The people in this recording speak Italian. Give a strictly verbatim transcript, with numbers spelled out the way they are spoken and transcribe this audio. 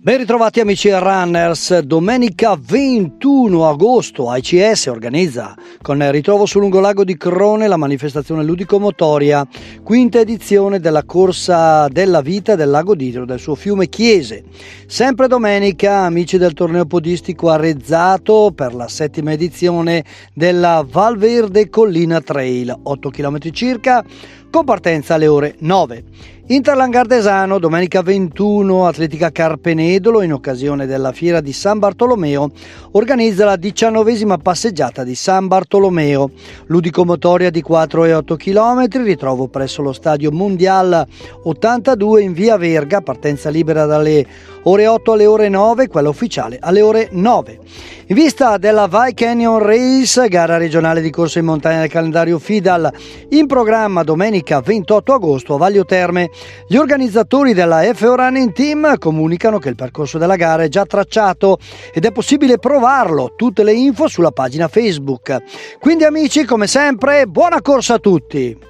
Ben ritrovati amici runners, domenica ventuno agosto A C S organizza con il ritrovo sul lungolago di Crone la manifestazione ludico-motoria, quinta edizione della corsa della vita del lago d'Idro del suo fiume Chiese. Sempre domenica amici del torneo podistico Arezzato per la settima edizione della Val Verde Collina Trail, otto chilometri circa, con partenza alle ore nove. Interlangardesano, domenica ventuno, Atletica Carpenedolo, in occasione della fiera di San Bartolomeo, organizza la diciannovesima passeggiata di San Bartolomeo. Ludico-motoria di quattro e otto chilometri, ritrovo presso lo stadio Mondial ottantadue in via Verga, partenza libera dalle ore otto alle ore nove, quella ufficiale alle ore nove. In vista della Vai Canyon Race, gara regionale di corsa in montagna del calendario FIDAL, in programma domenica ventotto agosto a Vaglio Terme, gli organizzatori della F O Running Team comunicano che il percorso della gara è già tracciato ed è possibile provarlo. Tutte le info sulla pagina Facebook. Quindi amici, come sempre, buona corsa a tutti!